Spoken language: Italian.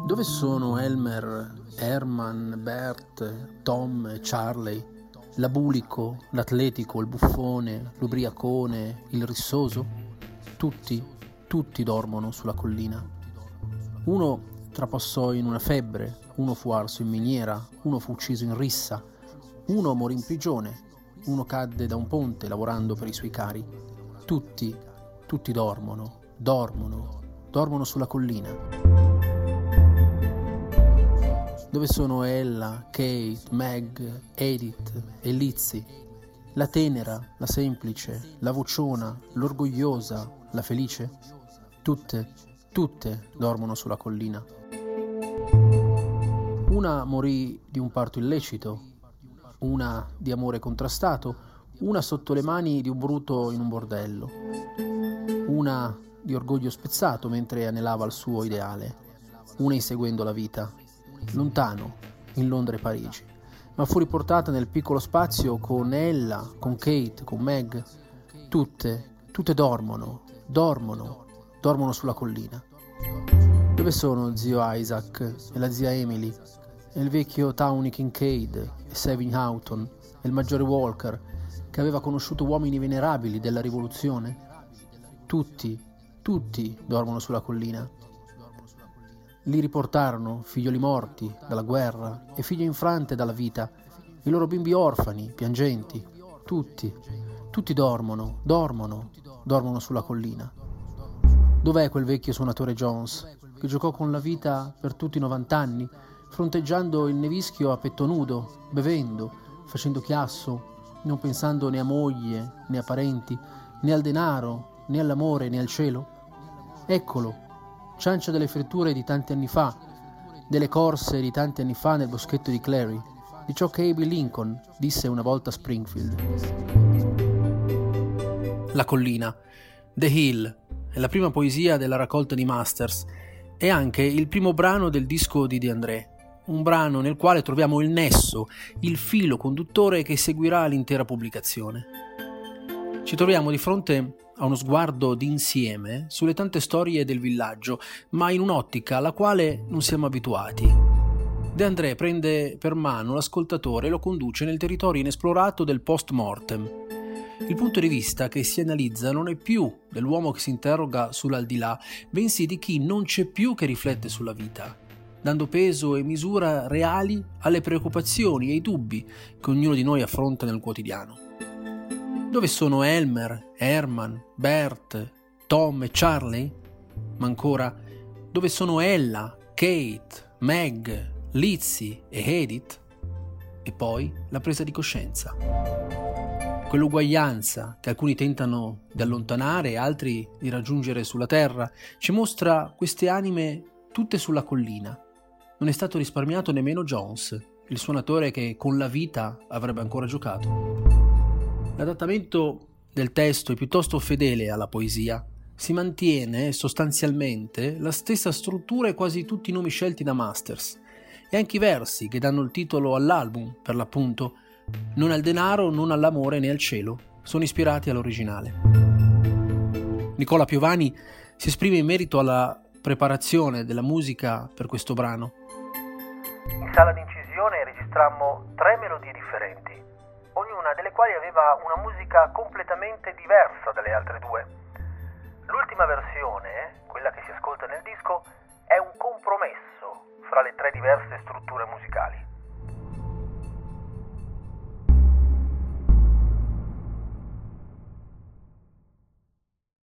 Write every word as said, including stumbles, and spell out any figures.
Dove sono Elmer, Herman, Bert, Tom e Charlie? L'abulico, l'atletico, il buffone, l'ubriacone, il rissoso? Tutti, tutti dormono sulla collina. Uno trapassò in una febbre, uno fu arso in miniera, uno fu ucciso in rissa, uno morì in prigione, uno cadde da un ponte lavorando per i suoi cari. Tutti, tutti dormono, dormono, dormono sulla collina. Dove sono Ella, Kate, Meg, Edith e Lizzie? La tenera, la semplice, la vociona, l'orgogliosa, la felice? Tutte, tutte dormono sulla collina. Una morì di un parto illecito, una di amore contrastato, una sotto le mani di un bruto in un bordello, una di orgoglio spezzato mentre anelava al suo ideale, una inseguendo la vita, lontano, in Londra e Parigi, ma fu riportata nel piccolo spazio con Ella, con Kate, con Meg. Tutte, tutte dormono, dormono, dormono sulla collina. Dove sono zio Isaac e la zia Emily, e il vecchio Tawny Kincaid e Saving Houghton e il maggiore Walker, che aveva conosciuto uomini venerabili della rivoluzione? Tutti, tutti dormono sulla collina. Li riportarono figlioli morti dalla guerra e figlie infrante dalla vita, i loro bimbi orfani, piangenti. Tutti, tutti dormono, dormono, dormono sulla collina. Dov'è quel vecchio suonatore Jones, che giocò con la vita per tutti i novant'anni, fronteggiando il nevischio a petto nudo, bevendo, facendo chiasso, non pensando né a moglie, né a parenti, né al denaro, né all'amore, né al cielo? Eccolo, ciancia delle fritture di tanti anni fa, delle corse di tanti anni fa nel boschetto di Clary, di ciò che Abe Lincoln disse una volta a Springfield. La collina, The Hill, è la prima poesia della raccolta di Masters e anche il primo brano del disco di De André, un brano nel quale troviamo il nesso, il filo conduttore che seguirà l'intera pubblicazione. Ci troviamo di fronte a uno sguardo d'insieme sulle tante storie del villaggio, ma in un'ottica alla quale non siamo abituati. De André prende per mano l'ascoltatore e lo conduce nel territorio inesplorato del post-mortem. Il punto di vista che si analizza non è più dell'uomo che si interroga sull'aldilà, bensì di chi non c'è più che riflette sulla vita, dando peso e misura reali alle preoccupazioni e ai dubbi che ognuno di noi affronta nel quotidiano. Dove sono Elmer, Herman, Bert, Tom e Charlie? Ma ancora, dove sono Ella, Kate, Meg, Lizzie e Edith? E poi la presa di coscienza. Quell'uguaglianza che alcuni tentano di allontanare e altri di raggiungere sulla terra ci mostra queste anime tutte sulla collina. Non è stato risparmiato nemmeno Jones, il suonatore che con la vita avrebbe ancora giocato. L'adattamento del testo è piuttosto fedele alla poesia. Si mantiene sostanzialmente la stessa struttura e quasi tutti i nomi scelti da Masters. E anche i versi che danno il titolo all'album, per l'appunto, non al denaro, non all'amore né al cielo, sono ispirati all'originale. Nicola Piovani si esprime in merito alla preparazione della musica per questo brano. In sala di incisione registrammo tre melodie differenti, ognuna delle quali aveva una musica completamente diversa dalle altre due. L'ultima versione, quella che si ascolta nel disco, è un compromesso fra le tre diverse strutture